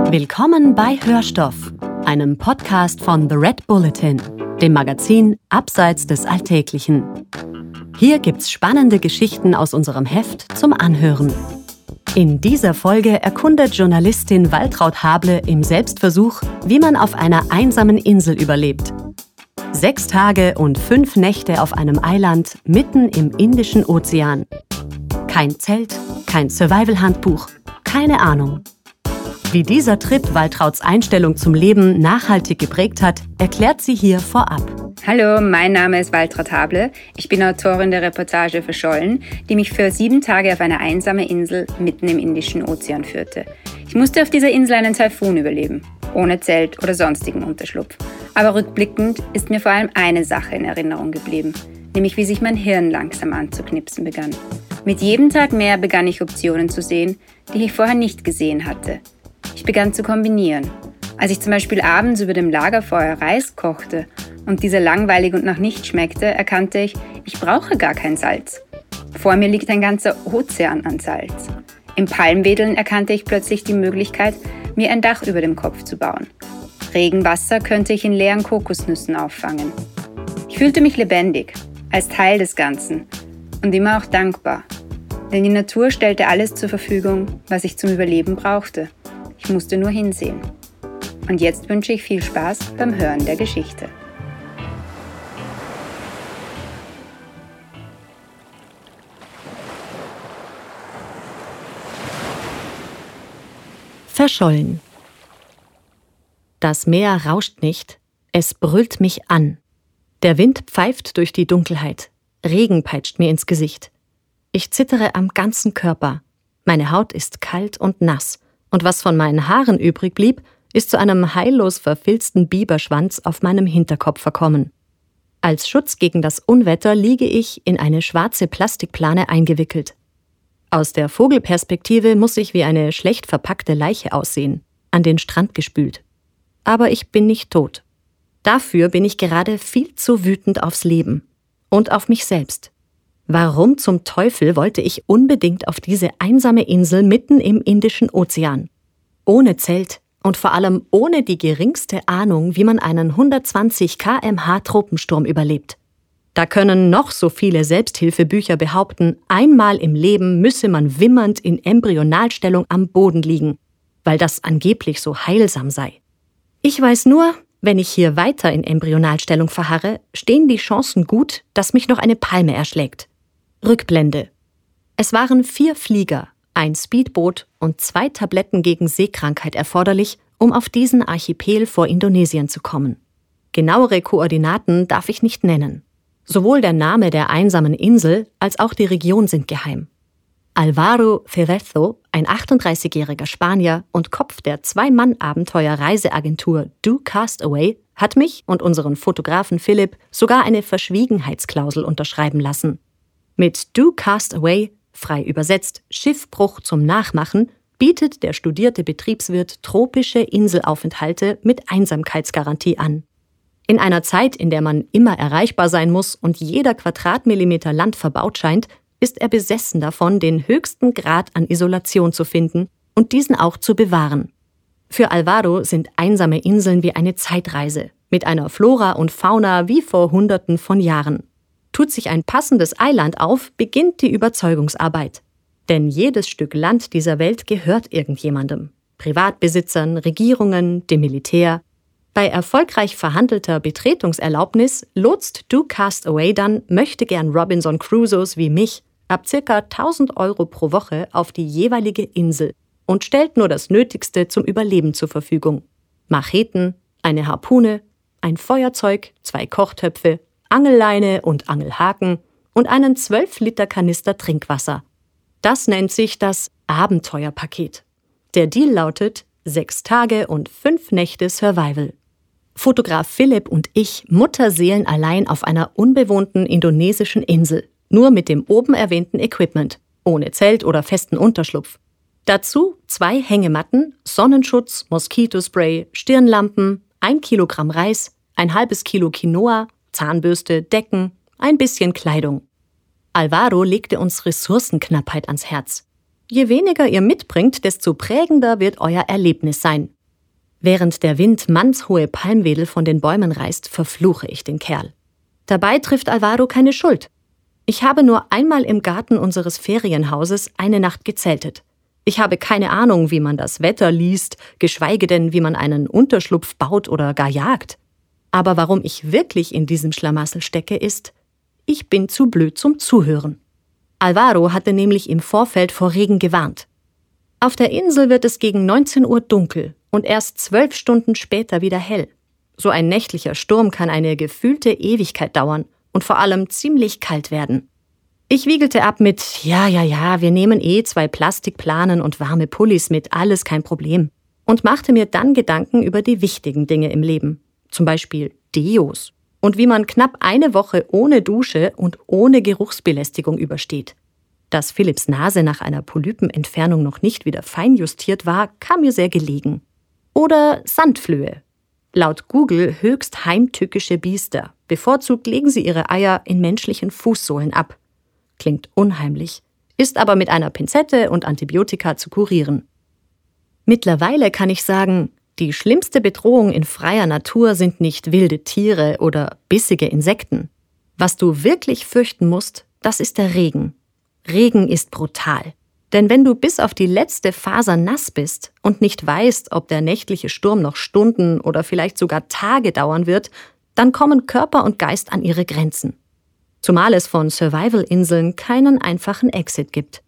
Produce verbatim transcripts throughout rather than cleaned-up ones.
Willkommen bei Hörstoff, einem Podcast von The Red Bulletin, dem Magazin Abseits des Alltäglichen. Hier gibt's spannende Geschichten aus unserem Heft zum Anhören. In dieser Folge erkundet Journalistin Waltraud Hable im Selbstversuch, wie man auf einer einsamen Insel überlebt. Sechs Tage und fünf Nächte auf einem Eiland mitten im Indischen Ozean. Kein Zelt, kein Survival-Handbuch, keine Ahnung. Wie dieser Trip Waltrauds Einstellung zum Leben nachhaltig geprägt hat, erklärt sie hier vorab. Hallo, mein Name ist Waltraud Hable. Ich bin Autorin der Reportage Verschollen, die mich für sieben Tage auf eine einsame Insel mitten im Indischen Ozean führte. Ich musste auf dieser Insel einen Taifun überleben, ohne Zelt oder sonstigen Unterschlupf. Aber rückblickend ist mir vor allem eine Sache in Erinnerung geblieben, nämlich wie sich mein Hirn langsam anzuknipsen begann. Mit jedem Tag mehr begann ich Optionen zu sehen, die ich vorher nicht gesehen hatte. Ich begann zu kombinieren. Als ich zum Beispiel abends über dem Lagerfeuer Reis kochte und dieser langweilig und nach nichts schmeckte, erkannte ich, ich brauche gar kein Salz. Vor mir liegt ein ganzer Ozean an Salz. Im Palmwedeln erkannte ich plötzlich die Möglichkeit, mir ein Dach über dem Kopf zu bauen. Regenwasser könnte ich in leeren Kokosnüssen auffangen. Ich fühlte mich lebendig, als Teil des Ganzen und immer auch dankbar. Denn die Natur stellte alles zur Verfügung, was ich zum Überleben brauchte. Ich musste nur hinsehen. Und jetzt wünsche ich viel Spaß beim Hören der Geschichte. Verschollen. Das Meer rauscht nicht, es brüllt mich an. Der Wind pfeift durch die Dunkelheit. Regen peitscht mir ins Gesicht. Ich zittere am ganzen Körper. Meine Haut ist kalt und nass. Und was von meinen Haaren übrig blieb, ist zu einem heillos verfilzten Biberschwanz auf meinem Hinterkopf verkommen. Als Schutz gegen das Unwetter liege ich in eine schwarze Plastikplane eingewickelt. Aus der Vogelperspektive muss ich wie eine schlecht verpackte Leiche aussehen, an den Strand gespült. Aber ich bin nicht tot. Dafür bin ich gerade viel zu wütend aufs Leben und auf mich selbst. Warum zum Teufel wollte ich unbedingt auf diese einsame Insel mitten im Indischen Ozean? Ohne Zelt und vor allem ohne die geringste Ahnung, wie man einen hundertzwanzig Kilometer pro Stunde Tropensturm überlebt. Da können noch so viele Selbsthilfebücher behaupten, einmal im Leben müsse man wimmernd in Embryonalstellung am Boden liegen, weil das angeblich so heilsam sei. Ich weiß nur, wenn ich hier weiter in Embryonalstellung verharre, stehen die Chancen gut, dass mich noch eine Palme erschlägt. Rückblende. Es waren vier Flieger, ein Speedboot und zwei Tabletten gegen Seekrankheit erforderlich, um auf diesen Archipel vor Indonesien zu kommen. Genauere Koordinaten darf ich nicht nennen. Sowohl der Name der einsamen Insel als auch die Region sind geheim. Álvaro Cerezo, ein achtunddreißigjähriger Spanier und Kopf der Zwei-Mann-Abenteuer-Reiseagentur Do Castaway, hat mich und unseren Fotografen Philipp sogar eine Verschwiegenheitsklausel unterschreiben lassen. Mit Do Castaway, frei übersetzt Schiffbruch zum Nachmachen, bietet der studierte Betriebswirt tropische Inselaufenthalte mit Einsamkeitsgarantie an. In einer Zeit, in der man immer erreichbar sein muss und jeder Quadratmillimeter Land verbaut scheint, ist er besessen davon, den höchsten Grad an Isolation zu finden und diesen auch zu bewahren. Für Álvaro sind einsame Inseln wie eine Zeitreise, mit einer Flora und Fauna wie vor Hunderten von Jahren. Tut sich ein passendes Eiland auf, beginnt die Überzeugungsarbeit. Denn jedes Stück Land dieser Welt gehört irgendjemandem. Privatbesitzern, Regierungen, dem Militär. Bei erfolgreich verhandelter Betretungserlaubnis lotst Do Castaway dann möchtegern Robinson Crusoes wie mich ab ca. tausend Euro pro Woche auf die jeweilige Insel und stellt nur das Nötigste zum Überleben zur Verfügung. Macheten, eine Harpune, ein Feuerzeug, zwei Kochtöpfe, Angelleine und Angelhaken und einen zwölf Liter Kanister Trinkwasser. Das nennt sich das Abenteuerpaket. Der Deal lautet sechs Tage und fünf Nächte Survival. Fotograf Philipp und ich Mutterseelen allein auf einer unbewohnten indonesischen Insel, nur mit dem oben erwähnten Equipment, ohne Zelt oder festen Unterschlupf. Dazu zwei Hängematten, Sonnenschutz, Moskitospray, Stirnlampen, ein Kilogramm Reis, ein halbes Kilo Quinoa, Zahnbürste, Decken, ein bisschen Kleidung. Álvaro legte uns Ressourcenknappheit ans Herz. Je weniger ihr mitbringt, desto prägender wird euer Erlebnis sein. Während der Wind mannshohe Palmwedel von den Bäumen reißt, verfluche ich den Kerl. Dabei trifft Alvaro keine Schuld. Ich habe nur einmal im Garten unseres Ferienhauses eine Nacht gezeltet. Ich habe keine Ahnung, wie man das Wetter liest, geschweige denn, wie man einen Unterschlupf baut oder gar jagt. Aber warum ich wirklich in diesem Schlamassel stecke, ist, ich bin zu blöd zum Zuhören. Alvaro hatte nämlich im Vorfeld vor Regen gewarnt. Auf der Insel wird es gegen neunzehn Uhr dunkel und erst zwölf Stunden später wieder hell. So ein nächtlicher Sturm kann eine gefühlte Ewigkeit dauern und vor allem ziemlich kalt werden. Ich wiegelte ab mit, ja, ja, ja, wir nehmen eh zwei Plastikplanen und warme Pullis mit, alles kein Problem. Und machte mir dann Gedanken über die wichtigen Dinge im Leben. Zum Beispiel Deos. Und wie man knapp eine Woche ohne Dusche und ohne Geruchsbelästigung übersteht. Dass Philipps Nase nach einer Polypenentfernung noch nicht wieder feinjustiert war, kam mir sehr gelegen. Oder Sandflöhe. Laut Google höchst heimtückische Biester. Bevorzugt legen sie ihre Eier in menschlichen Fußsohlen ab. Klingt unheimlich, ist aber mit einer Pinzette und Antibiotika zu kurieren. Mittlerweile kann ich sagen, die schlimmste Bedrohung in freier Natur sind nicht wilde Tiere oder bissige Insekten. Was du wirklich fürchten musst, das ist der Regen. Regen ist brutal. Denn wenn du bis auf die letzte Faser nass bist und nicht weißt, ob der nächtliche Sturm noch Stunden oder vielleicht sogar Tage dauern wird, dann kommen Körper und Geist an ihre Grenzen. Zumal es von Survival-Inseln keinen einfachen Exit gibt.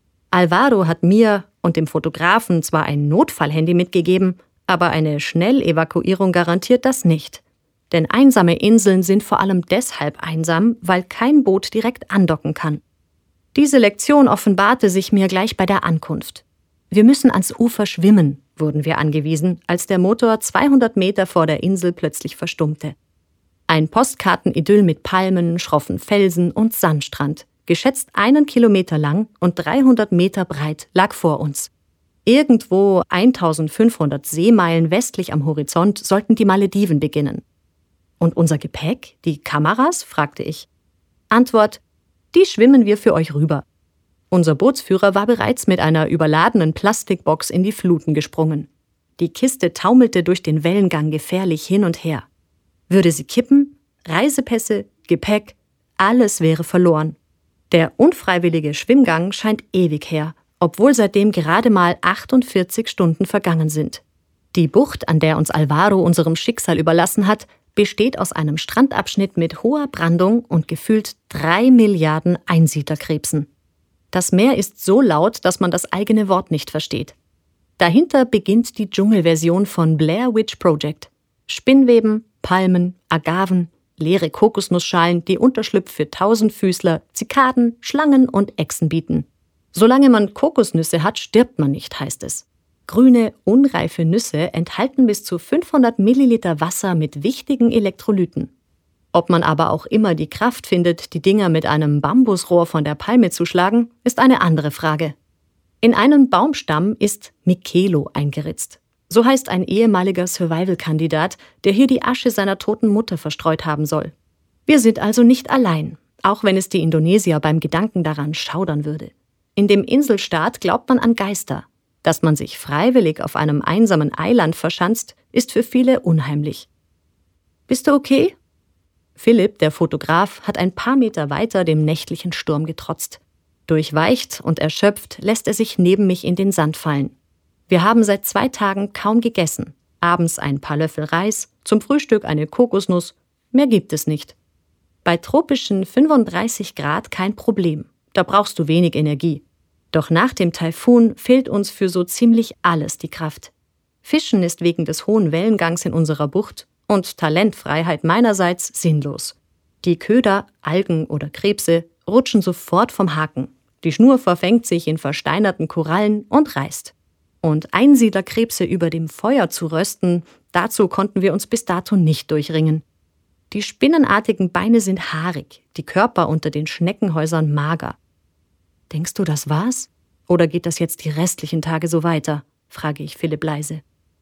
Alvaro hat mir und dem Fotografen zwar ein Notfallhandy mitgegeben, aber eine Schnellevakuierung garantiert das nicht. Denn einsame Inseln sind vor allem deshalb einsam, weil kein Boot direkt andocken kann. Diese Lektion offenbarte sich mir gleich bei der Ankunft. Wir müssen ans Ufer schwimmen, wurden wir angewiesen, als der Motor zweihundert Meter vor der Insel plötzlich verstummte. Ein Postkartenidyll mit Palmen, schroffen Felsen und Sandstrand, geschätzt einen Kilometer lang und dreihundert Meter breit, lag vor uns. Irgendwo eintausendfünfhundert Seemeilen westlich am Horizont sollten die Malediven beginnen. Und unser Gepäck, die Kameras, fragte ich. Antwort: Die schwimmen wir für euch rüber. Unser Bootsführer war bereits mit einer überladenen Plastikbox in die Fluten gesprungen. Die Kiste taumelte durch den Wellengang gefährlich hin und her. Würde sie kippen, Reisepässe, Gepäck, alles wäre verloren. Der unfreiwillige Schwimmgang scheint ewig her, obwohl seitdem gerade mal achtundvierzig Stunden vergangen sind. Die Bucht, an der uns Alvaro unserem Schicksal überlassen hat, besteht aus einem Strandabschnitt mit hoher Brandung und gefühlt drei Milliarden Einsiedlerkrebsen. Das Meer ist so laut, dass man das eigene Wort nicht versteht. Dahinter beginnt die Dschungelversion von Blair Witch Project. Spinnweben, Palmen, Agaven, leere Kokosnussschalen, die Unterschlupf für Tausendfüßler, Zikaden, Schlangen und Echsen bieten. Solange man Kokosnüsse hat, stirbt man nicht, heißt es. Grüne, unreife Nüsse enthalten bis zu fünfhundert Milliliter Wasser mit wichtigen Elektrolyten. Ob man aber auch immer die Kraft findet, die Dinger mit einem Bambusrohr von der Palme zu schlagen, ist eine andere Frage. In einen Baumstamm ist Mikelo eingeritzt. So heißt ein ehemaliger Survival-Kandidat, der hier die Asche seiner toten Mutter verstreut haben soll. Wir sind also nicht allein, auch wenn es die Indonesier beim Gedanken daran schaudern würde. In dem Inselstaat glaubt man an Geister. Dass man sich freiwillig auf einem einsamen Eiland verschanzt, ist für viele unheimlich. Bist du okay? Philipp, der Fotograf, hat ein paar Meter weiter dem nächtlichen Sturm getrotzt. Durchweicht und erschöpft lässt er sich neben mich in den Sand fallen. Wir haben seit zwei Tagen kaum gegessen. Abends ein paar Löffel Reis, zum Frühstück eine Kokosnuss. Mehr gibt es nicht. Bei tropischen fünfunddreißig Grad kein Problem. Da brauchst du wenig Energie. Doch nach dem Taifun fehlt uns für so ziemlich alles die Kraft. Fischen ist wegen des hohen Wellengangs in unserer Bucht und Talentfreiheit meinerseits sinnlos. Die Köder, Algen oder Krebse rutschen sofort vom Haken. Die Schnur verfängt sich in versteinerten Korallen und reißt. Und Einsiedlerkrebse über dem Feuer zu rösten, dazu konnten wir uns bis dato nicht durchringen. Die spinnenartigen Beine sind haarig, die Körper unter den Schneckenhäusern mager. Denkst du, das war's? Oder geht das jetzt die restlichen Tage so weiter? Frage ich Philipp leise.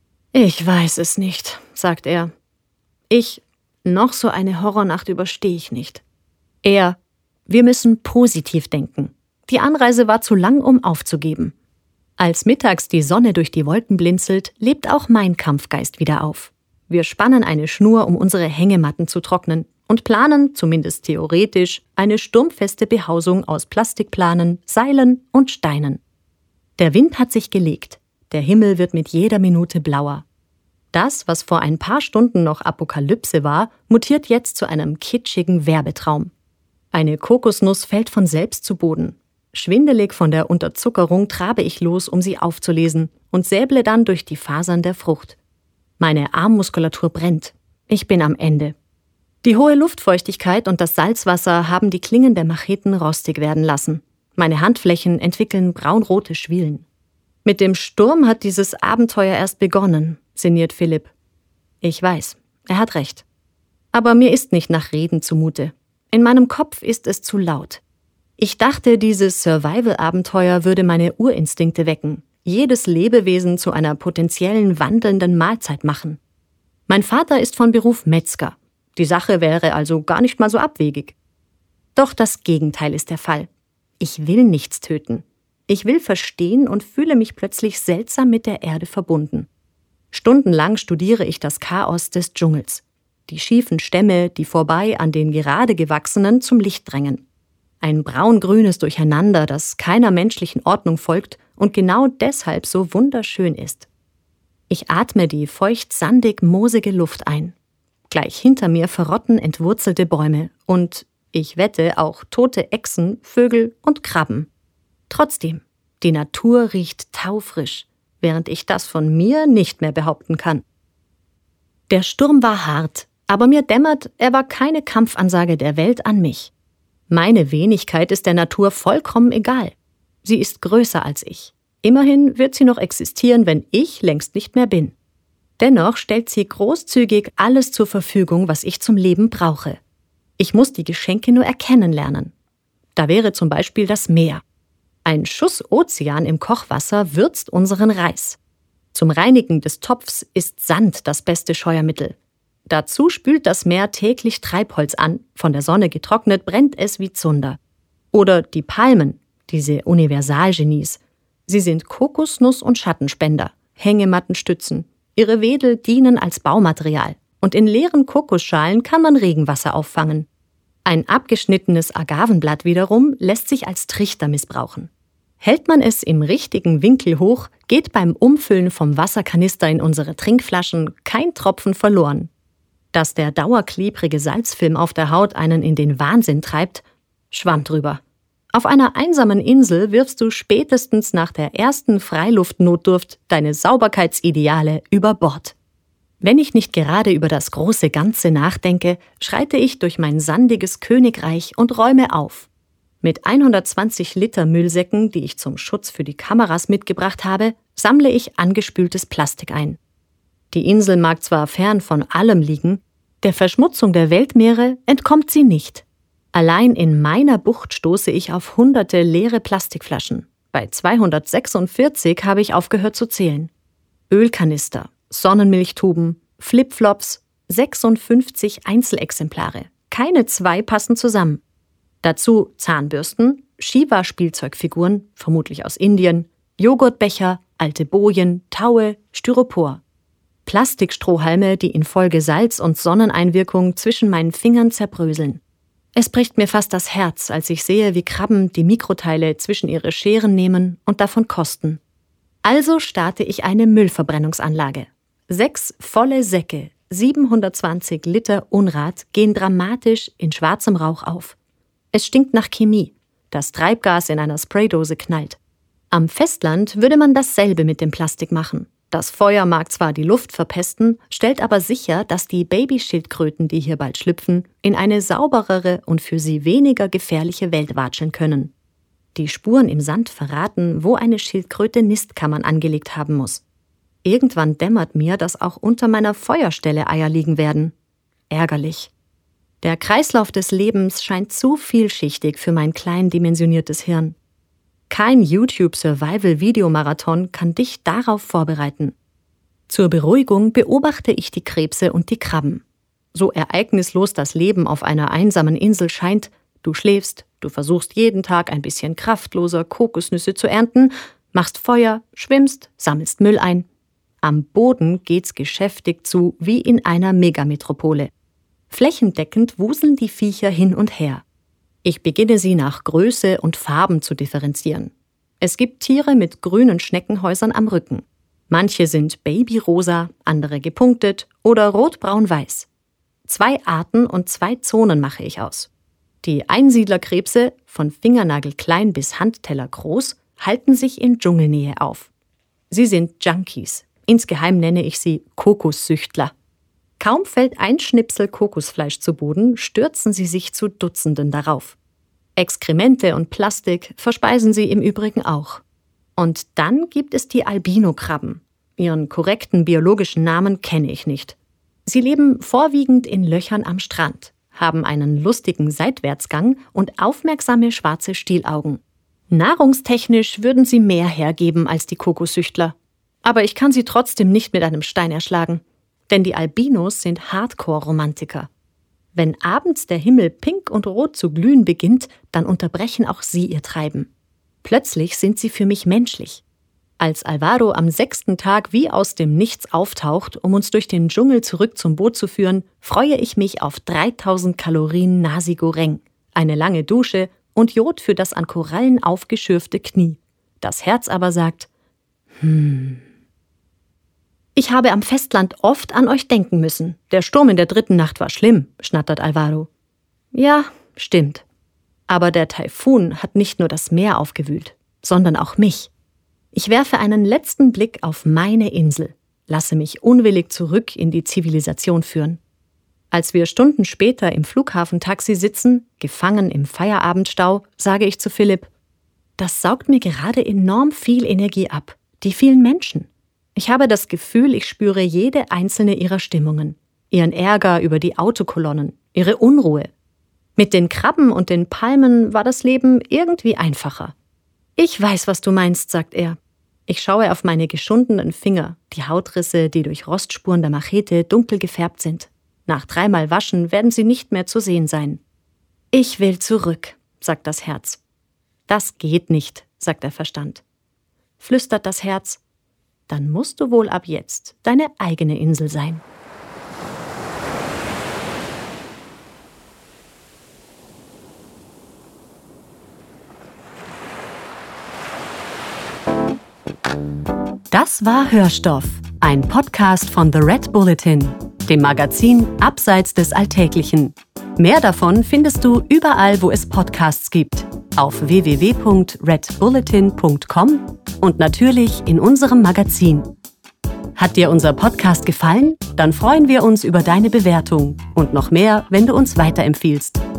Ich weiß es nicht, sagt er. Ich, noch so eine Horrornacht überstehe ich nicht. Er, wir müssen positiv denken. Die Anreise war zu lang, um aufzugeben. Als mittags die Sonne durch die Wolken blinzelt, lebt auch mein Kampfgeist wieder auf. Wir spannen eine Schnur, um unsere Hängematten zu trocknen und planen, zumindest theoretisch, eine sturmfeste Behausung aus Plastikplanen, Seilen und Steinen. Der Wind hat sich gelegt. Der Himmel wird mit jeder Minute blauer. Das, was vor ein paar Stunden noch Apokalypse war, mutiert jetzt zu einem kitschigen Werbetraum. Eine Kokosnuss fällt von selbst zu Boden. Schwindelig von der Unterzuckerung trabe ich los, um sie aufzulesen und säble dann durch die Fasern der Frucht. Meine Armmuskulatur brennt. Ich bin am Ende. Die hohe Luftfeuchtigkeit und das Salzwasser haben die Klingen der Macheten rostig werden lassen. Meine Handflächen entwickeln braunrote Schwielen. Mit dem Sturm hat dieses Abenteuer erst begonnen, sinniert Philipp. Ich weiß, er hat recht. Aber mir ist nicht nach Reden zumute. In meinem Kopf ist es zu laut. Ich dachte, dieses Survival-Abenteuer würde meine Urinstinkte wecken, jedes Lebewesen zu einer potenziellen wandelnden Mahlzeit machen. Mein Vater ist von Beruf Metzger. Die Sache wäre also gar nicht mal so abwegig. Doch das Gegenteil ist der Fall. Ich will nichts töten. Ich will verstehen und fühle mich plötzlich seltsam mit der Erde verbunden. Stundenlang studiere ich das Chaos des Dschungels. Die schiefen Stämme, die vorbei an den gerade gewachsenen zum Licht drängen. Ein braun-grünes Durcheinander, das keiner menschlichen Ordnung folgt und genau deshalb so wunderschön ist. Ich atme die feucht-sandig-moosige Luft ein. Gleich hinter mir verrotten entwurzelte Bäume und, ich wette, auch tote Echsen, Vögel und Krabben. Trotzdem, die Natur riecht taufrisch, während ich das von mir nicht mehr behaupten kann. Der Sturm war hart, aber mir dämmert, er war keine Kampfansage der Welt an mich. Meine Wenigkeit ist der Natur vollkommen egal. Sie ist größer als ich. Immerhin wird sie noch existieren, wenn ich längst nicht mehr bin. Dennoch stellt sie großzügig alles zur Verfügung, was ich zum Leben brauche. Ich muss die Geschenke nur erkennen lernen. Da wäre zum Beispiel das Meer. Ein Schuss Ozean im Kochwasser würzt unseren Reis. Zum Reinigen des Topfs ist Sand das beste Scheuermittel. Dazu spült das Meer täglich Treibholz an, von der Sonne getrocknet brennt es wie Zunder. Oder die Palmen, diese Universalgenies. Sie sind Kokosnuss- und Schattenspender, Hängematten-Stützen. Ihre Wedel dienen als Baumaterial und in leeren Kokosschalen kann man Regenwasser auffangen. Ein abgeschnittenes Agavenblatt wiederum lässt sich als Trichter missbrauchen. Hält man es im richtigen Winkel hoch, geht beim Umfüllen vom Wasserkanister in unsere Trinkflaschen kein Tropfen verloren. Dass der dauerklebrige Salzfilm auf der Haut einen in den Wahnsinn treibt, schwamm drüber. Auf einer einsamen Insel wirfst du spätestens nach der ersten Freiluftnotdurft deine Sauberkeitsideale über Bord. Wenn ich nicht gerade über das große Ganze nachdenke, schreite ich durch mein sandiges Königreich und räume auf. Mit hundertzwanzig Liter Müllsäcken, die ich zum Schutz für die Kameras mitgebracht habe, sammle ich angespültes Plastik ein. Die Insel mag zwar fern von allem liegen, der Verschmutzung der Weltmeere entkommt sie nicht. Allein in meiner Bucht stoße ich auf hunderte leere Plastikflaschen. Bei zweihundertsechsundvierzig habe ich aufgehört zu zählen. Ölkanister, Sonnenmilchtuben, Flipflops, sechsundfünfzig Einzelexemplare. Keine zwei passen zusammen. Dazu Zahnbürsten, Shiva-Spielzeugfiguren, vermutlich aus Indien, Joghurtbecher, alte Bojen, Taue, Styropor. Plastikstrohhalme, die infolge Salz- und Sonneneinwirkung zwischen meinen Fingern zerbröseln. Es bricht mir fast das Herz, als ich sehe, wie Krabben die Mikroteile zwischen ihre Scheren nehmen und davon kosten. Also starte ich eine Müllverbrennungsanlage. Sechs volle Säcke, siebenhundertzwanzig Liter Unrat gehen dramatisch in schwarzem Rauch auf. Es stinkt nach Chemie. Das Treibgas in einer Spraydose knallt. Am Festland würde man dasselbe mit dem Plastik machen. Das Feuer mag zwar die Luft verpesten, stellt aber sicher, dass die Babyschildkröten, die hier bald schlüpfen, in eine sauberere und für sie weniger gefährliche Welt watscheln können. Die Spuren im Sand verraten, wo eine Schildkröte Nistkammern angelegt haben muss. Irgendwann dämmert mir, dass auch unter meiner Feuerstelle Eier liegen werden. Ärgerlich. Der Kreislauf des Lebens scheint zu vielschichtig für mein klein dimensioniertes Hirn. Kein YouTube-Survival-Videomarathon kann dich darauf vorbereiten. Zur Beruhigung beobachte ich die Krebse und die Krabben. So ereignislos das Leben auf einer einsamen Insel scheint, du schläfst, du versuchst jeden Tag ein bisschen kraftloser Kokosnüsse zu ernten, Machst Feuer, schwimmst, sammelst Müll ein. Am Boden geht's geschäftig zu wie in einer Megametropole. Flächendeckend wuseln die Viecher hin und her. Ich beginne sie nach Größe und Farben zu differenzieren. Es gibt Tiere mit grünen Schneckenhäusern am Rücken. Manche sind babyrosa, andere gepunktet oder rotbraun-weiß. Zwei Arten und zwei Zonen mache ich aus. Die Einsiedlerkrebse, von Fingernagel klein bis Handteller groß, halten sich in Dschungelnähe auf. Sie sind Junkies. Insgeheim nenne ich sie Kokossüchtler. Kaum fällt ein Schnipsel Kokosfleisch zu Boden, stürzen sie sich zu Dutzenden darauf. Exkremente und Plastik verspeisen sie im Übrigen auch. Und dann gibt es die Albino-Krabben. Ihren korrekten biologischen Namen kenne ich nicht. Sie leben vorwiegend in Löchern am Strand, haben einen lustigen Seitwärtsgang und aufmerksame schwarze Stielaugen. Nahrungstechnisch würden sie mehr hergeben als die Kokossüchtler. Aber ich kann sie trotzdem nicht mit einem Stein erschlagen. Denn die Albinos sind Hardcore-Romantiker. Wenn abends der Himmel pink und rot zu glühen beginnt, dann unterbrechen auch sie ihr Treiben. Plötzlich sind sie für mich menschlich. Als Alvaro am sechsten Tag wie aus dem Nichts auftaucht, um uns durch den Dschungel zurück zum Boot zu führen, freue ich mich auf dreitausend Kalorien Nasi Goreng, eine lange Dusche und Jod für das an Korallen aufgeschürfte Knie. Das Herz aber sagt, hm... »Ich habe am Festland oft an euch denken müssen. Der Sturm in der dritten Nacht war schlimm«, schnattert Alvaro. »Ja, stimmt. Aber der Taifun hat nicht nur das Meer aufgewühlt, sondern auch mich. Ich werfe einen letzten Blick auf meine Insel, lasse mich unwillig zurück in die Zivilisation führen. Als wir Stunden später im Flughafentaxi sitzen, gefangen im Feierabendstau, sage ich zu Philipp, das saugt mir gerade enorm viel Energie ab, die vielen Menschen. Ich habe das Gefühl, ich spüre jede einzelne ihrer Stimmungen, ihren Ärger über die Autokolonnen, ihre Unruhe. Mit den Krabben und den Palmen war das Leben irgendwie einfacher. »Ich weiß, was du meinst«, sagt er. Ich schaue auf meine geschundenen Finger, die Hautrisse, die durch Rostspuren der Machete dunkel gefärbt sind. Nach dreimal Waschen werden sie nicht mehr zu sehen sein. »Ich will zurück«, sagt das Herz. »Das geht nicht«, sagt der Verstand. Flüstert das Herz, dann musst du wohl ab jetzt deine eigene Insel sein. Das war Hörstoff, ein Podcast von The Red Bulletin, dem Magazin Abseits des Alltäglichen. Mehr davon findest du überall, wo es Podcasts gibt, auf w w w punkt red bulletin punkt com und natürlich in unserem Magazin. Hat dir unser Podcast gefallen? Dann freuen wir uns über deine Bewertung und noch mehr, wenn du uns weiterempfiehlst.